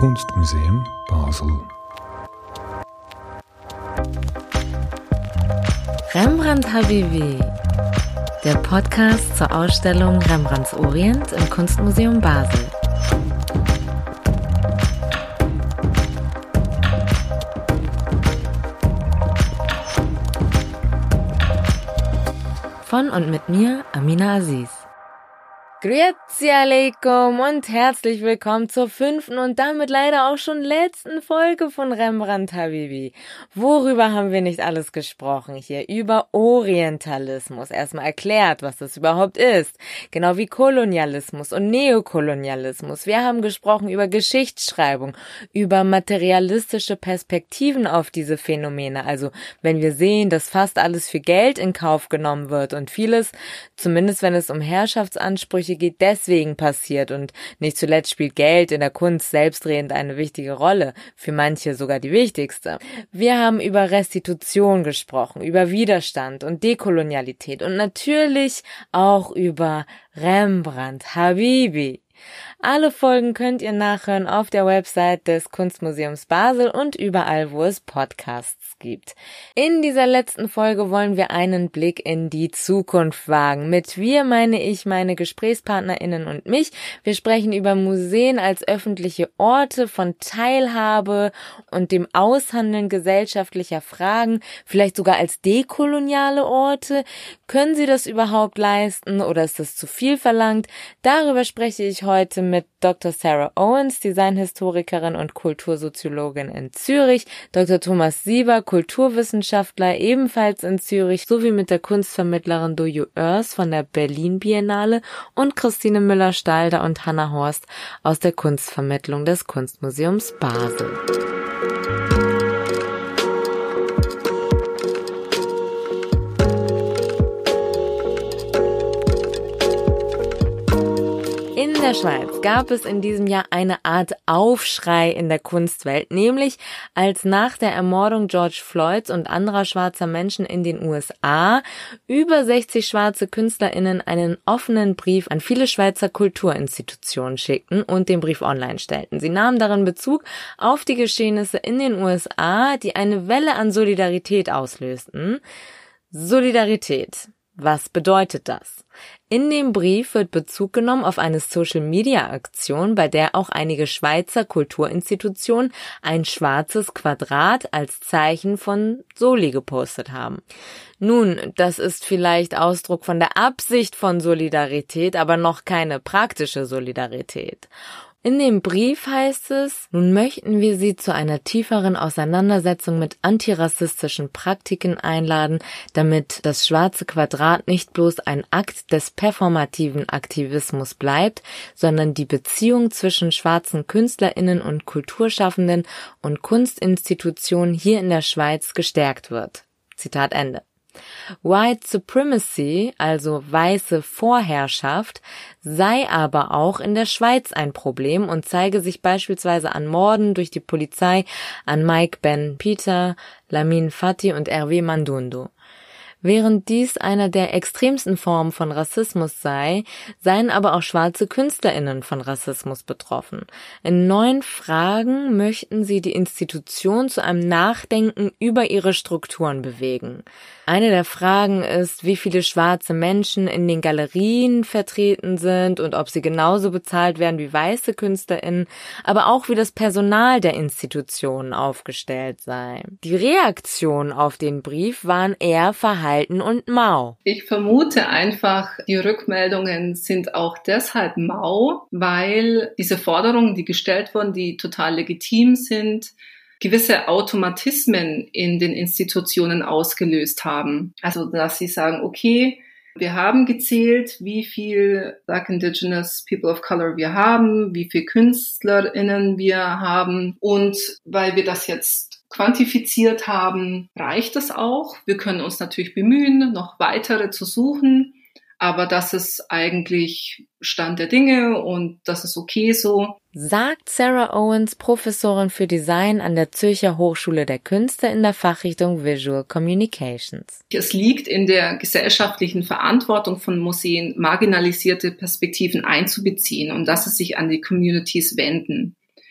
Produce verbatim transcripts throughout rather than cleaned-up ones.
Kunstmuseum Basel. Rembrandt Habibi, der Podcast zur Ausstellung Rembrandts Orient im Kunstmuseum Basel. Von und mit mir, Amina Aziz. Grüezi alaikum und herzlich willkommen zur fünften und damit leider auch schon letzten Folge von Rembrandt Habibi. Worüber haben wir nicht alles gesprochen hier? Über Orientalismus. Erstmal erklärt, was das überhaupt ist. Genau wie Kolonialismus und Neokolonialismus. Wir haben gesprochen über Geschichtsschreibung, über materialistische Perspektiven auf diese Phänomene. Also wenn wir sehen, dass fast alles für Geld in Kauf genommen wird und vieles, zumindest wenn es um Herrschaftsansprüche geht, deswegen passiert und nicht zuletzt spielt Geld in der Kunst selbstredend eine wichtige Rolle, für manche sogar die wichtigste. Wir haben über Restitution gesprochen, über Widerstand und Dekolonialität und natürlich auch über Rembrandt Habibi. Alle Folgen könnt ihr nachhören auf der Website des Kunstmuseums Basel und überall, wo es Podcasts gibt. In dieser letzten Folge wollen wir einen Blick in die Zukunft wagen. Mit wir meine ich meine GesprächspartnerInnen und mich. Wir sprechen über Museen als öffentliche Orte von Teilhabe und dem Aushandeln gesellschaftlicher Fragen, vielleicht sogar als dekoloniale Orte. Können sie das überhaupt leisten oder ist das zu viel verlangt? Darüber spreche ich heute mit Doktor Sarah Owens, Designhistorikerin und Kultursoziologin in Zürich, Doktor Thomas Sieber, Kulturwissenschaftler ebenfalls in Zürich, sowie mit der Kunstvermittlerin Doju Oers von der Berlin Biennale und Christine Müller-Stalder und Hannah Horst aus der Kunstvermittlung des Kunstmuseums Basel. In der Schweiz gab es in diesem Jahr eine Art Aufschrei in der Kunstwelt, nämlich als nach der Ermordung George Floyds und anderer schwarzer Menschen in den U S A über sechzig schwarze KünstlerInnen einen offenen Brief an viele Schweizer Kulturinstitutionen schickten und den Brief online stellten. Sie nahmen darin Bezug auf die Geschehnisse in den U S A, die eine Welle an Solidarität auslösten. Solidarität. Was bedeutet das? In dem Brief wird Bezug genommen auf eine Social-Media-Aktion, bei der auch einige Schweizer Kulturinstitutionen ein schwarzes Quadrat als Zeichen von Soli gepostet haben. Nun, das ist vielleicht Ausdruck von der Absicht von Solidarität, aber noch keine praktische Solidarität. In dem Brief heißt es, nun möchten wir Sie zu einer tieferen Auseinandersetzung mit antirassistischen Praktiken einladen, damit das schwarze Quadrat nicht bloß ein Akt des performativen Aktivismus bleibt, sondern die Beziehung zwischen schwarzen KünstlerInnen und Kulturschaffenden und Kunstinstitutionen hier in der Schweiz gestärkt wird. Zitat Ende. White Supremacy, also weiße Vorherrschaft, sei aber auch in der Schweiz ein Problem und zeige sich beispielsweise an Morden durch die Polizei an Mike Ben Peter, Lamin Fati und Hervé Mandundo. Während dies einer der extremsten Formen von Rassismus sei, seien aber auch schwarze KünstlerInnen von Rassismus betroffen. In neun Fragen möchten sie die Institution zu einem Nachdenken über ihre Strukturen bewegen. Eine der Fragen ist, wie viele schwarze Menschen in den Galerien vertreten sind und ob sie genauso bezahlt werden wie weiße KünstlerInnen, aber auch wie das Personal der Institutionen aufgestellt sei. Die Reaktionen auf den Brief waren eher verhalten und mau. Ich vermute einfach, die Rückmeldungen sind auch deshalb mau, weil diese Forderungen, die gestellt wurden, die total legitim sind, gewisse Automatismen in den Institutionen ausgelöst haben. Also, dass sie sagen, okay, wir haben gezählt, wie viel Black Indigenous People of Color wir haben, wie viel KünstlerInnen wir haben. Und weil wir das jetzt quantifiziert haben, reicht das auch. Wir können uns natürlich bemühen, noch weitere zu suchen. Aber das ist eigentlich Stand der Dinge und das ist okay so. Sagt Sarah Owens, Professorin für Design an der Zürcher Hochschule der Künste in der Fachrichtung Visual Communications. Es liegt in der gesellschaftlichen Verantwortung von Museen, marginalisierte Perspektiven einzubeziehen und dass sie sich an die Communities wenden.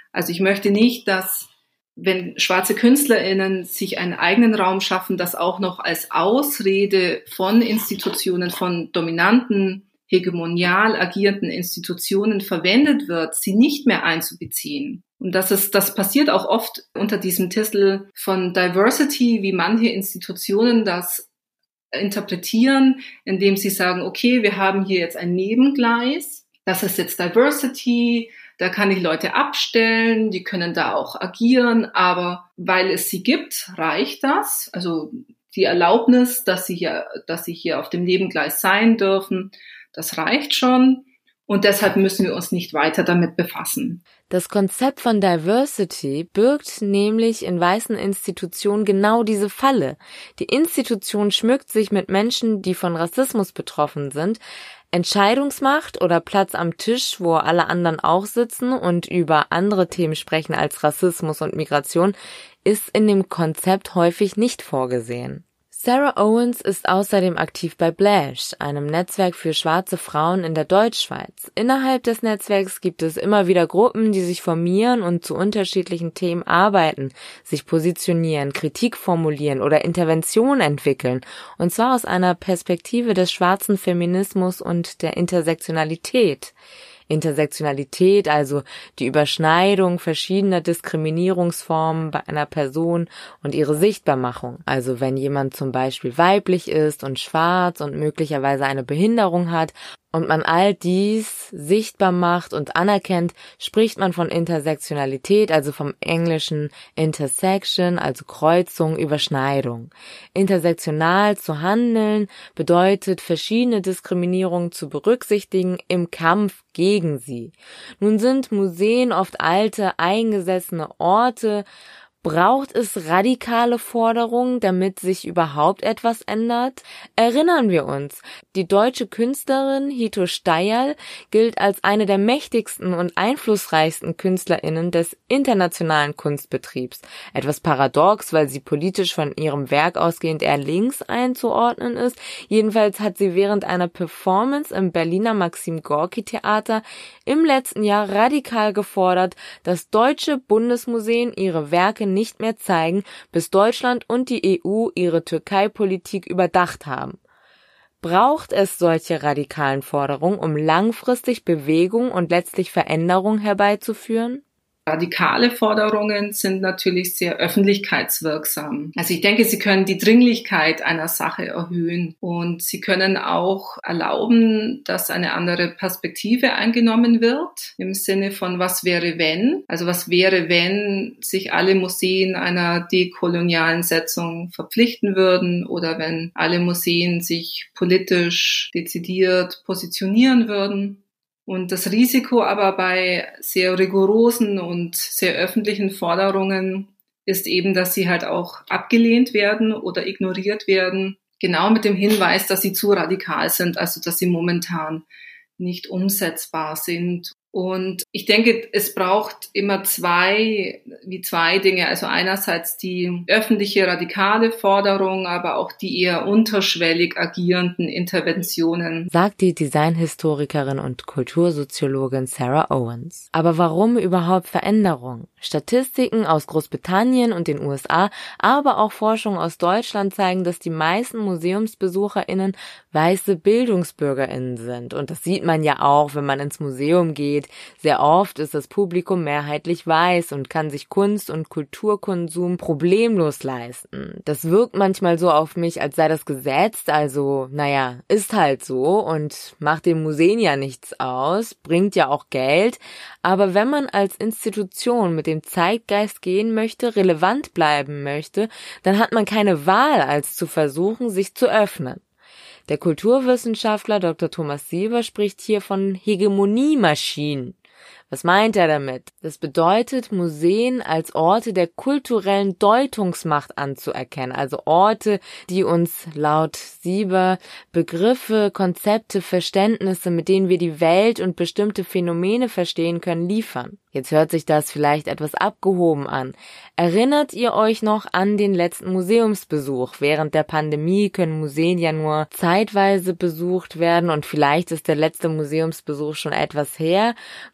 Also ich möchte nicht, dass, wenn schwarze KünstlerInnen sich einen eigenen Raum schaffen, das auch noch als Ausrede von Institutionen, von dominanten, hegemonial agierenden Institutionen verwendet wird, sie nicht mehr einzubeziehen. Und das ist, das passiert auch oft unter diesem Titel von Diversity, wie manche Institutionen das interpretieren, indem sie sagen, okay, wir haben hier jetzt ein Nebengleis, das ist jetzt Diversity, da kann ich Leute abstellen, die können da auch agieren, aber weil es sie gibt, reicht das. Also die Erlaubnis, dass sie hier, dass sie hier auf dem Nebengleis sein dürfen, das reicht schon. Und deshalb müssen wir uns nicht weiter damit befassen. Das Konzept von Diversity birgt nämlich in weißen Institutionen genau diese Falle. Die Institution schmückt sich mit Menschen, die von Rassismus betroffen sind. Entscheidungsmacht oder Platz am Tisch, wo alle anderen auch sitzen und über andere Themen sprechen als Rassismus und Migration, ist in dem Konzept häufig nicht vorgesehen. Sarah Owens ist außerdem aktiv bei Blash, einem Netzwerk für schwarze Frauen in der Deutschschweiz. Innerhalb des Netzwerks gibt es immer wieder Gruppen, die sich formieren und zu unterschiedlichen Themen arbeiten, sich positionieren, Kritik formulieren oder Intervention entwickeln, und zwar aus einer Perspektive des schwarzen Feminismus und der Intersektionalität. Intersektionalität, also die Überschneidung verschiedener Diskriminierungsformen bei einer Person und ihre Sichtbarmachung. Also wenn jemand zum Beispiel weiblich ist und schwarz und möglicherweise eine Behinderung hat und man all dies sichtbar macht und anerkennt, spricht man von Intersektionalität, also vom englischen Intersection, also Kreuzung, Überschneidung. Intersektional zu handeln bedeutet, verschiedene Diskriminierungen zu berücksichtigen im Kampf gegen sie. Nun sind Museen oft alte, eingesessene Orte. Braucht es radikale Forderungen, damit sich überhaupt etwas ändert? Erinnern wir uns, die deutsche Künstlerin Hito Steyerl gilt als eine der mächtigsten und einflussreichsten KünstlerInnen des internationalen Kunstbetriebs. Etwas paradox, weil sie politisch von ihrem Werk ausgehend eher links einzuordnen ist. Jedenfalls hat sie während einer Performance im Berliner Maxim-Gorki-Theater im letzten Jahr radikal gefordert, dass deutsche Bundesmuseen ihre Werke nicht mehr zeigen, bis Deutschland und die E U ihre Türkei-Politik überdacht haben. Braucht es solche radikalen Forderungen, um langfristig Bewegung und letztlich Veränderung herbeizuführen? Radikale Forderungen sind natürlich sehr öffentlichkeitswirksam. Also ich denke, sie können die Dringlichkeit einer Sache erhöhen und sie können auch erlauben, dass eine andere Perspektive eingenommen wird, im Sinne von was wäre wenn? Also was wäre, wenn sich alle Museen einer dekolonialen Setzung verpflichten würden oder wenn alle Museen sich politisch dezidiert positionieren würden? Und das Risiko aber bei sehr rigorosen und sehr öffentlichen Forderungen ist eben, dass sie halt auch abgelehnt werden oder ignoriert werden, genau mit dem Hinweis, dass sie zu radikal sind, also dass sie momentan nicht umsetzbar sind. Und ich denke, es braucht immer zwei, wie zwei Dinge. Also einerseits die öffentliche radikale Forderung, aber auch die eher unterschwellig agierenden Interventionen. Sagt die Designhistorikerin und Kultursoziologin Sarah Owens. Aber warum überhaupt Veränderung? Statistiken aus Großbritannien und den U S A, aber auch Forschung aus Deutschland zeigen, dass die meisten MuseumsbesucherInnen weiße BildungsbürgerInnen sind. Und das sieht man ja auch, wenn man ins Museum geht. Sehr oft ist das Publikum mehrheitlich weiß und kann sich Kunst- und Kulturkonsum problemlos leisten. Das wirkt manchmal so auf mich, als sei das gesetzt, also naja, ist halt so und macht dem Museen ja nichts aus, bringt ja auch Geld. Aber wenn man als Institution mit dem Zeitgeist gehen möchte, relevant bleiben möchte, dann hat man keine Wahl, als zu versuchen, sich zu öffnen. Der Kulturwissenschaftler Doktor Thomas Sieber spricht hier von Hegemoniemaschinen. Was meint er damit? Das bedeutet, Museen als Orte der kulturellen Deutungsmacht anzuerkennen, also Orte, die uns laut Sieber Begriffe, Konzepte, Verständnisse, mit denen wir die Welt und bestimmte Phänomene verstehen können, liefern. Jetzt hört sich das vielleicht etwas abgehoben an. Erinnert ihr euch noch an den letzten Museumsbesuch? Während der Pandemie können Museen ja nur zeitweise besucht werden und vielleicht ist der letzte Museumsbesuch schon etwas her. Meist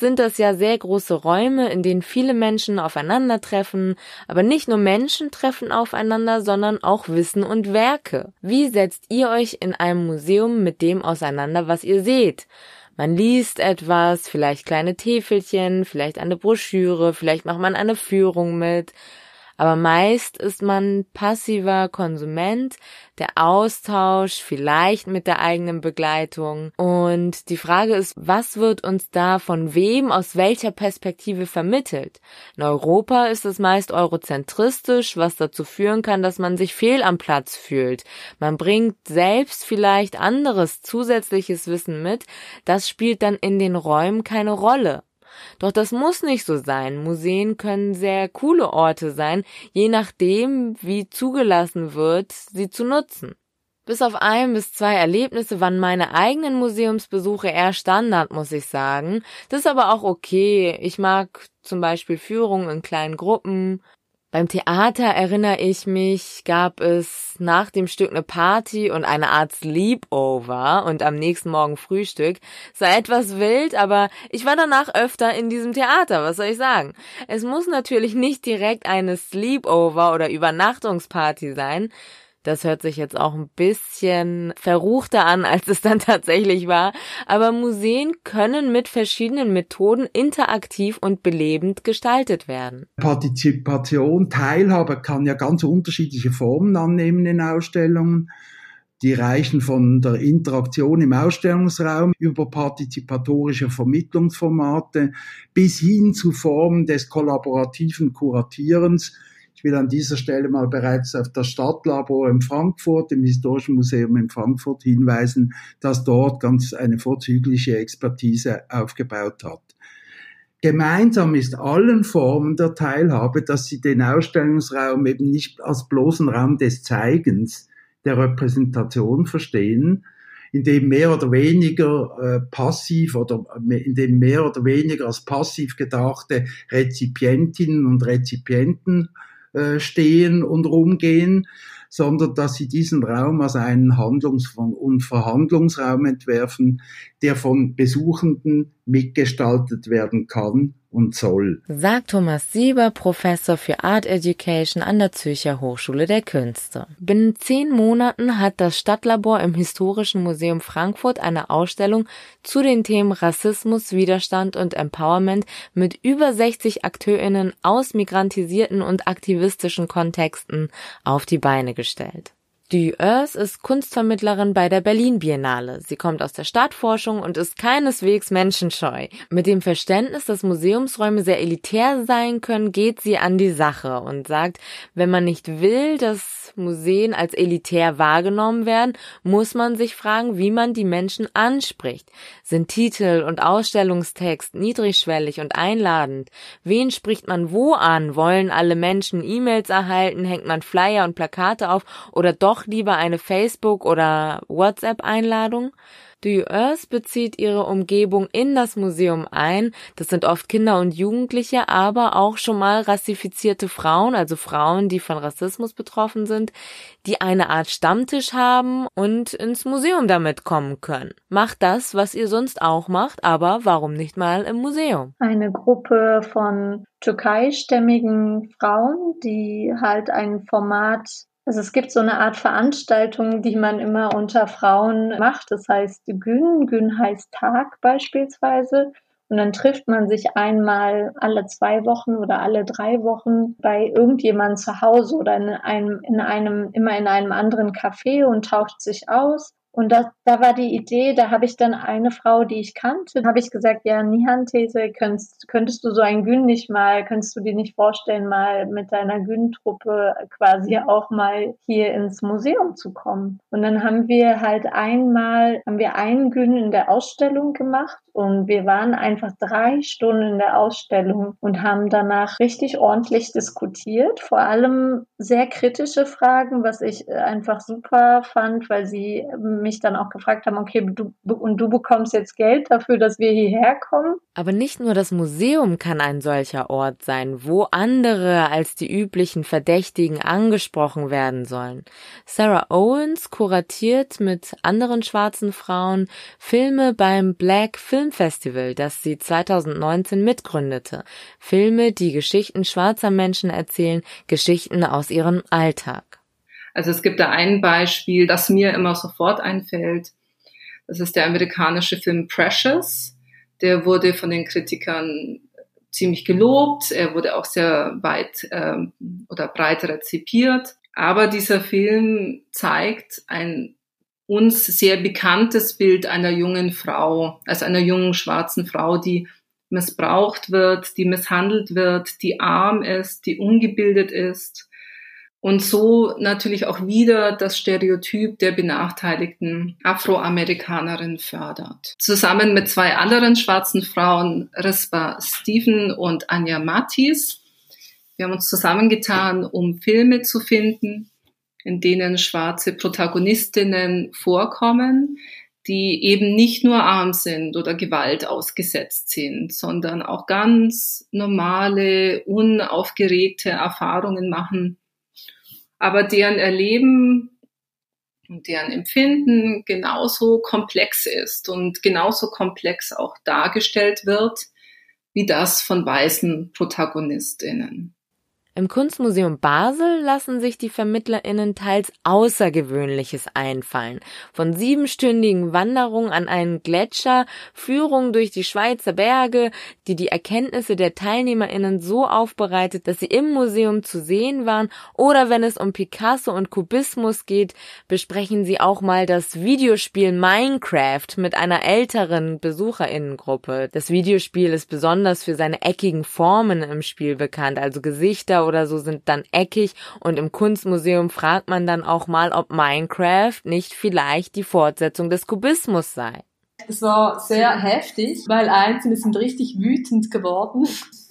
sind das ja sehr große Räume, in denen viele Menschen aufeinandertreffen, aber nicht nur Menschen treffen aufeinander, sondern auch Wissen und Werke. Wie setzt ihr euch in einem Museum mit dem auseinander, was ihr seht? Man liest etwas, vielleicht kleine Täfelchen, vielleicht eine Broschüre, vielleicht macht man eine Führung mit. Aber meist ist man passiver Konsument, der Austausch vielleicht mit der eigenen Begleitung. Und die Frage ist, was wird uns da von wem, aus welcher Perspektive vermittelt? In Europa ist es meist eurozentristisch, was dazu führen kann, dass man sich fehl am Platz fühlt. Man bringt selbst vielleicht anderes zusätzliches Wissen mit, das spielt dann in den Räumen keine Rolle. Doch das muss nicht so sein. Museen können sehr coole Orte sein, je nachdem, wie zugelassen wird, sie zu nutzen. Bis auf ein bis zwei Erlebnisse waren meine eigenen Museumsbesuche eher Standard, muss ich sagen. Das ist aber auch okay. Ich mag zum Beispiel Führungen in kleinen Gruppen. Beim Theater, erinnere ich mich, gab es nach dem Stück eine Party und eine Art Sleepover und am nächsten Morgen Frühstück. Es war etwas wild, aber ich war danach öfter in diesem Theater, was soll ich sagen? Es muss natürlich nicht direkt eine Sleepover oder Übernachtungsparty sein. Das hört sich jetzt auch ein bisschen verruchter an, als es dann tatsächlich war. Aber Museen können mit verschiedenen Methoden interaktiv und belebend gestaltet werden. Partizipation, Teilhabe kann ja ganz unterschiedliche Formen annehmen in Ausstellungen. Die reichen von der Interaktion im Ausstellungsraum über partizipatorische Vermittlungsformate bis hin zu Formen des kollaborativen Kuratierens. Ich will an dieser Stelle mal bereits auf das Stadtlabor in Frankfurt, im Historischen Museum in Frankfurt hinweisen, das dort ganz eine vorzügliche Expertise aufgebaut hat. Gemeinsam ist allen Formen der Teilhabe, dass sie den Ausstellungsraum eben nicht als bloßen Raum des Zeigens, der Repräsentation verstehen, in dem mehr oder weniger äh, passiv oder in dem mehr oder weniger als passiv gedachte Rezipientinnen und Rezipienten stehen und rumgehen, sondern dass sie diesen Raum als einen Handlungs- und Verhandlungsraum entwerfen, der von Besuchenden mitgestaltet werden kann und soll. Sagt Thomas Sieber, Professor für Art Education an der Zürcher Hochschule der Künste. Binnen zehn Monaten hat das Stadtlabor im Historischen Museum Frankfurt eine Ausstellung zu den Themen Rassismus, Widerstand und Empowerment mit über sechzig AkteurInnen aus migrantisierten und aktivistischen Kontexten auf die Beine gestellt. Die Oers ist Kunstvermittlerin bei der Berlin Biennale. Sie kommt aus der Stadtforschung und ist keineswegs menschenscheu. Mit dem Verständnis, dass Museumsräume sehr elitär sein können, geht sie an die Sache und sagt, wenn man nicht will, dass Museen als elitär wahrgenommen werden, muss man sich fragen, wie man die Menschen anspricht. Sind Titel und Ausstellungstext niedrigschwellig und einladend? Wen spricht man wo an? Wollen alle Menschen E-Mails erhalten? Hängt man Flyer und Plakate auf oder doch lieber eine Facebook- oder WhatsApp-Einladung? Die Oers bezieht ihre Umgebung in das Museum ein. Das sind oft Kinder und Jugendliche, aber auch schon mal rassifizierte Frauen, also Frauen, die von Rassismus betroffen sind, die eine Art Stammtisch haben und ins Museum damit kommen können. Macht das, was ihr sonst auch macht, aber warum nicht mal im Museum? Eine Gruppe von türkeistämmigen Frauen, die halt ein Format Also es gibt so eine Art Veranstaltung, die man immer unter Frauen macht. Das heißt Gün. Gün heißt Tag beispielsweise. Und dann trifft man sich einmal alle zwei Wochen oder alle drei Wochen bei irgendjemandem zu Hause oder in einem, in einem, immer in einem anderen Café und tauscht sich aus. Und da, da war die Idee, da habe ich dann eine Frau, die ich kannte, habe ich gesagt, ja, Nihan-These, könntest, könntest du so ein Gün nicht mal, könntest du dir nicht vorstellen, mal mit deiner Gün-Truppe quasi auch mal hier ins Museum zu kommen? Und dann haben wir halt einmal, haben wir einen Gün in der Ausstellung gemacht und wir waren einfach drei Stunden in der Ausstellung und haben danach richtig ordentlich diskutiert, vor allem sehr kritische Fragen, was ich einfach super fand, weil sie mich dann auch gefragt haben, okay, du, und du bekommst jetzt Geld dafür, dass wir hierher kommen? Aber nicht nur das Museum kann ein solcher Ort sein, wo andere als die üblichen Verdächtigen angesprochen werden sollen. Sarah Owens kuratiert mit anderen schwarzen Frauen Filme beim Black Film Festival, das sie zweitausendneunzehn mitgründete. Filme, die Geschichten schwarzer Menschen erzählen, Geschichten aus ihrem Alltag. Also es gibt da ein Beispiel, das mir immer sofort einfällt. Das ist der amerikanische Film Precious. Der wurde von den Kritikern ziemlich gelobt. Er wurde auch sehr weit ähm, oder breit rezipiert. Aber dieser Film zeigt ein uns sehr bekanntes Bild einer jungen Frau, also einer jungen schwarzen Frau, die missbraucht wird, die misshandelt wird, die arm ist, die ungebildet ist. Und so natürlich auch wieder das Stereotyp der benachteiligten Afroamerikanerin fördert. Zusammen mit zwei anderen schwarzen Frauen, Rispa Stephen und Anya Mattis. Wir haben uns zusammengetan, um Filme zu finden, in denen schwarze Protagonistinnen vorkommen, die eben nicht nur arm sind oder Gewalt ausgesetzt sind, sondern auch ganz normale, unaufgeregte Erfahrungen machen, aber deren Erleben und deren Empfinden genauso komplex ist und genauso komplex auch dargestellt wird wie das von weißen ProtagonistInnen. Im Kunstmuseum Basel lassen sich die VermittlerInnen teils Außergewöhnliches einfallen. Von siebenstündigen Wanderungen an einen Gletscher, Führungen durch die Schweizer Berge, die die Erkenntnisse der TeilnehmerInnen so aufbereitet, dass sie im Museum zu sehen waren, oder wenn es um Picasso und Kubismus geht, besprechen sie auch mal das Videospiel Minecraft mit einer älteren BesucherInnengruppe. Das Videospiel ist besonders für seine eckigen Formen im Spiel bekannt, also Gesichter oder so sind dann eckig, und im Kunstmuseum fragt man dann auch mal, ob Minecraft nicht vielleicht die Fortsetzung des Kubismus sei. Es war sehr heftig, weil Einzelne sind richtig wütend geworden.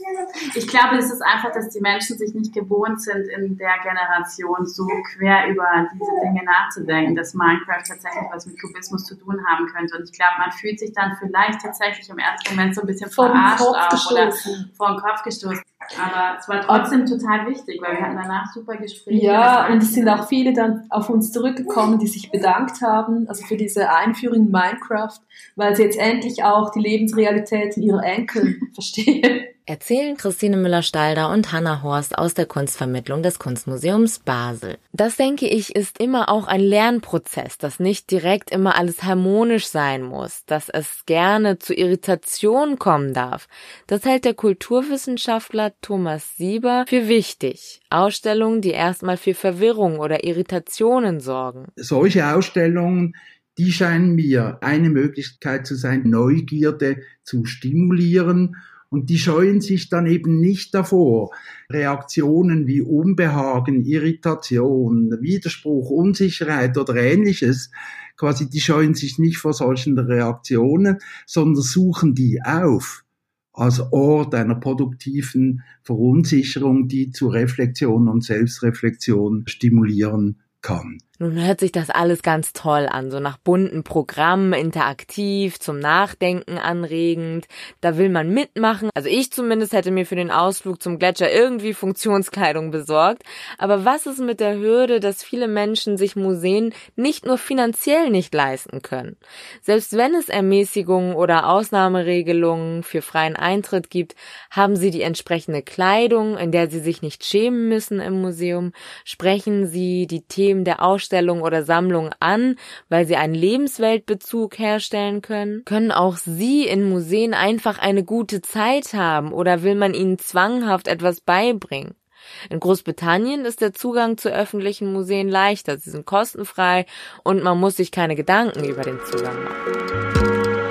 Ich glaube, es ist einfach, dass die Menschen sich nicht gewohnt sind, in der Generation so quer über diese Dinge nachzudenken, dass Minecraft tatsächlich was mit Kubismus zu tun haben könnte. Und ich glaube, man fühlt sich dann vielleicht tatsächlich im ersten Moment so ein bisschen verarscht auch oder vor den Kopf gestoßen. Aber es war trotzdem total wichtig, weil wir hatten danach super Gespräche. Ja, und es sind auch viele dann auf uns zurückgekommen, die sich bedankt haben, also für diese Einführung in Minecraft, weil sie jetzt endlich auch die Lebensrealitäten ihrer Enkel verstehen. Erzählen Christine Müller-Stalder und Hannah Horst aus der Kunstvermittlung des Kunstmuseums Basel. Das, denke ich, ist immer auch ein Lernprozess, dass nicht direkt immer alles harmonisch sein muss, dass es gerne zu Irritation kommen darf. Das hält der Kulturwissenschaftler Thomas Sieber für wichtig. Ausstellungen, die erstmal für Verwirrung oder Irritationen sorgen. Solche Ausstellungen, die scheinen mir eine Möglichkeit zu sein, Neugierde zu stimulieren. Und die scheuen sich dann eben nicht davor, Reaktionen wie Unbehagen, Irritation, Widerspruch, Unsicherheit oder Ähnliches, quasi die scheuen sich nicht vor solchen Reaktionen, sondern suchen die auf als Ort einer produktiven Verunsicherung, die zu Reflexion und Selbstreflexion stimulieren kann. Nun hört sich das alles ganz toll an, so nach bunten Programmen, interaktiv, zum Nachdenken anregend. Da will man mitmachen. Also ich zumindest hätte mir für den Ausflug zum Gletscher irgendwie Funktionskleidung besorgt. Aber was ist mit der Hürde, dass viele Menschen sich Museen nicht nur finanziell nicht leisten können? Selbst wenn es Ermäßigungen oder Ausnahmeregelungen für freien Eintritt gibt, haben sie die entsprechende Kleidung, in der sie sich nicht schämen müssen im Museum? Sprechen sie die Themen der Ausstellung oder Sammlung an, weil sie einen Lebensweltbezug herstellen können? Können auch sie in Museen einfach eine gute Zeit haben oder will man ihnen zwanghaft etwas beibringen? In Großbritannien ist der Zugang zu öffentlichen Museen leichter, sie sind kostenfrei und man muss sich keine Gedanken über den Zugang machen.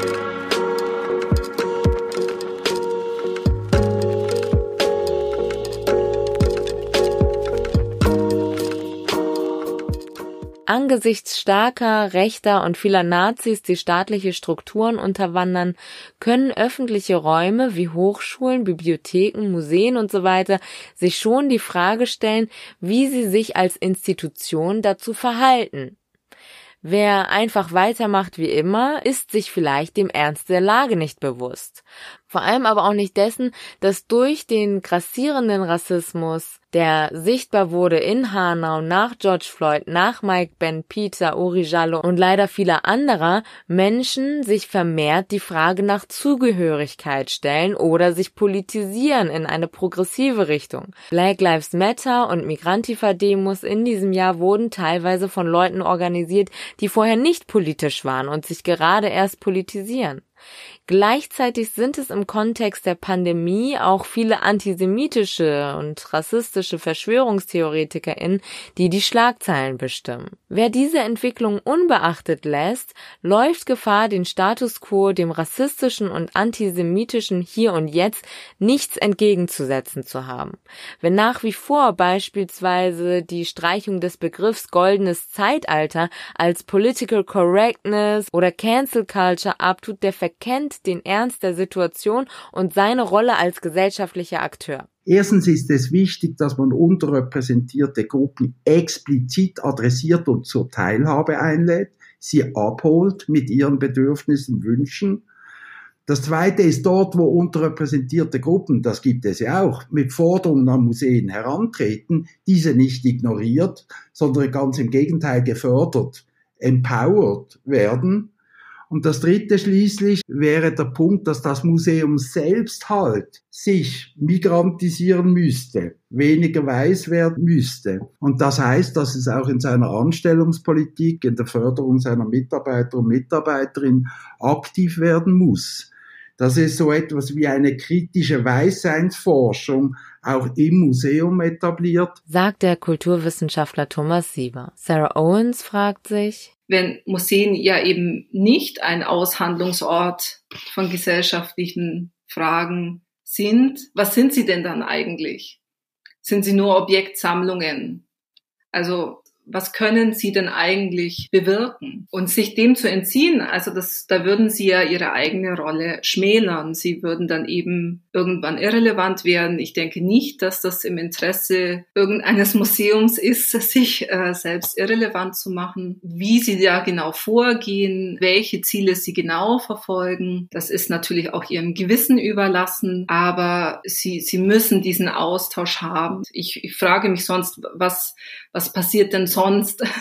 Angesichts starker, rechter und vieler Nazis, die staatliche Strukturen unterwandern, können öffentliche Räume wie Hochschulen, Bibliotheken, Museen und so weiter sich schon die Frage stellen, wie sie sich als Institution dazu verhalten. Wer einfach weitermacht wie immer, ist sich vielleicht dem Ernst der Lage nicht bewusst. Vor allem aber auch nicht dessen, dass durch den grassierenden Rassismus, der sichtbar wurde in Hanau, nach George Floyd, nach Mike Ben Peter, Uri Jallo und leider vieler anderer, Menschen sich vermehrt die Frage nach Zugehörigkeit stellen oder sich politisieren in eine progressive Richtung. Black Lives Matter und Migrantifa-Demos in diesem Jahr wurden teilweise von Leuten organisiert, die vorher nicht politisch waren und sich gerade erst politisieren. Gleichzeitig sind es im Kontext der Pandemie auch viele antisemitische und rassistische VerschwörungstheoretikerInnen, die die Schlagzeilen bestimmen. Wer diese Entwicklung unbeachtet lässt, läuft Gefahr, den Status quo, dem rassistischen und antisemitischen Hier und Jetzt nichts entgegenzusetzen zu haben. Wenn nach wie vor beispielsweise die Streichung des Begriffs goldenes Zeitalter als Political Correctness oder Cancel Culture abtut, der verkennt den Ernst der Situation und seine Rolle als gesellschaftlicher Akteur. Erstens ist es wichtig, dass man unterrepräsentierte Gruppen explizit adressiert und zur Teilhabe einlädt, sie abholt mit ihren Bedürfnissen und Wünschen. Das Zweite ist dort, wo unterrepräsentierte Gruppen, das gibt es ja auch, mit Forderungen an Museen herantreten, diese nicht ignoriert, sondern ganz im Gegenteil gefördert, empowered werden. Und das Dritte schließlich wäre der Punkt, dass das Museum selbst halt sich migrantisieren müsste, weniger weiß werden müsste. Und das heißt, dass es auch in seiner Anstellungspolitik, in der Förderung seiner Mitarbeiter und Mitarbeiterinnen aktiv werden muss. Dass es so etwas wie eine kritische Weißseinsforschung auch im Museum etabliert, sagt der Kulturwissenschaftler Thomas Sieber. Sarah Owens fragt sich, wenn Museen ja eben nicht ein Aushandlungsort von gesellschaftlichen Fragen sind, was sind sie denn dann eigentlich? Sind sie nur Objektsammlungen? Also was können sie denn eigentlich bewirken? Und sich dem zu entziehen, also das, da würden sie ja ihre eigene Rolle schmälern. Sie würden dann eben irgendwann irrelevant werden. Ich denke nicht, dass das im Interesse irgendeines Museums ist, sich äh, selbst irrelevant zu machen. Wie sie da genau vorgehen, welche Ziele sie genau verfolgen, das ist natürlich auch ihrem Gewissen überlassen. Aber sie, sie müssen diesen Austausch haben. Ich, ich frage mich sonst, was, was passiert denn sonst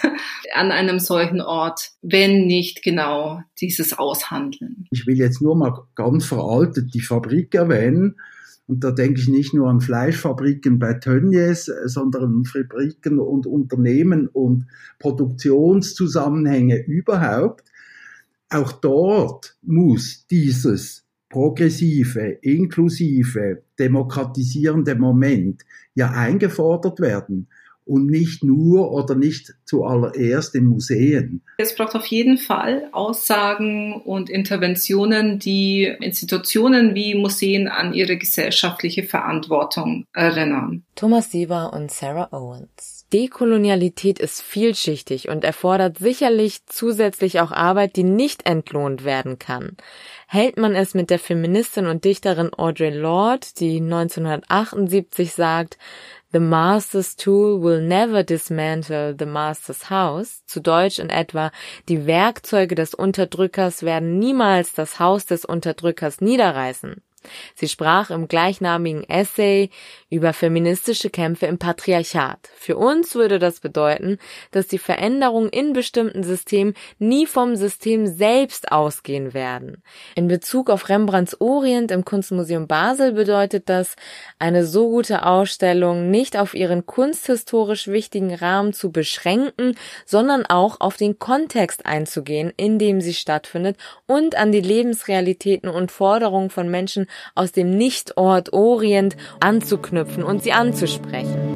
an einem solchen Ort, wenn nicht genau dieses Aushandeln. Ich will jetzt nur mal ganz veraltet die Fabrik erwähnen. Und da denke ich nicht nur an Fleischfabriken bei Tönnies, sondern an Fabriken und Unternehmen und Produktionszusammenhänge überhaupt. Auch dort muss dieses progressive, inklusive, demokratisierende Moment ja eingefordert werden. Und nicht nur oder nicht zuallererst in Museen. Es braucht auf jeden Fall Aussagen und Interventionen, die Institutionen wie Museen an ihre gesellschaftliche Verantwortung erinnern. Thomas Sieber und Sarah Owens. Dekolonialität ist vielschichtig und erfordert sicherlich zusätzlich auch Arbeit, die nicht entlohnt werden kann. Hält man es mit der Feministin und Dichterin Audre Lorde, die neunzehnhundertachtundsiebzig sagt, The master's tool will never dismantle the master's house, zu Deutsch in etwa, die Werkzeuge des Unterdrückers werden niemals das Haus des Unterdrückers niederreißen. Sie sprach im gleichnamigen Essay über feministische Kämpfe im Patriarchat. Für uns würde das bedeuten, dass die Veränderungen in bestimmten Systemen nie vom System selbst ausgehen werden. In Bezug auf Rembrandts Orient im Kunstmuseum Basel bedeutet das, eine so gute Ausstellung nicht auf ihren kunsthistorisch wichtigen Rahmen zu beschränken, sondern auch auf den Kontext einzugehen, in dem sie stattfindet und an die Lebensrealitäten und Forderungen von Menschen aus dem Nichtort Orient anzuknüpfen und sie anzusprechen.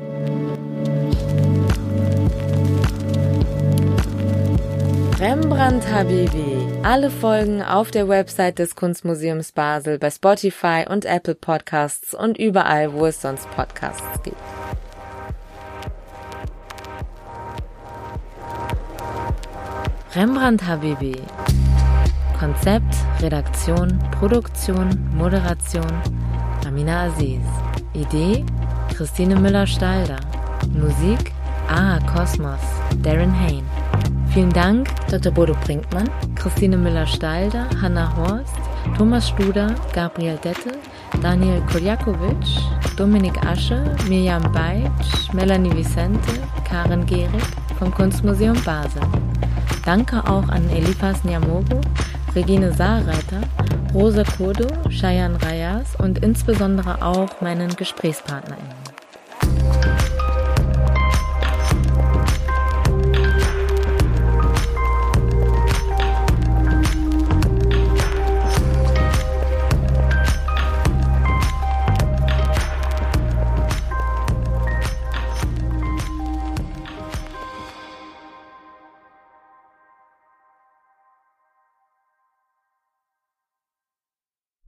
Rembrandt Habibi. Alle Folgen auf der Website des Kunstmuseums Basel, bei Spotify und Apple Podcasts und überall, wo es sonst Podcasts gibt. Rembrandt Habibi. Konzept, Redaktion, Produktion, Moderation, Amina Aziz. Idee, Christine Müller-Stalder. Musik, Aha Kosmos, Darren Hain. Vielen Dank Doktor Bodo Brinkmann, Christine Müller-Stalder, Hanna Horst, Thomas Studer, Gabriel Dette, Daniel Koljakovic, Dominik Asche, Mirjam Beitsch, Melanie Vicente, Karen Gehrig vom Kunstmuseum Basel. Danke auch an Elifas Nyamogo, Regine Saarreiter, Rosa Kodo, Cheyenne Reyes und insbesondere auch meinen GesprächspartnerInnen.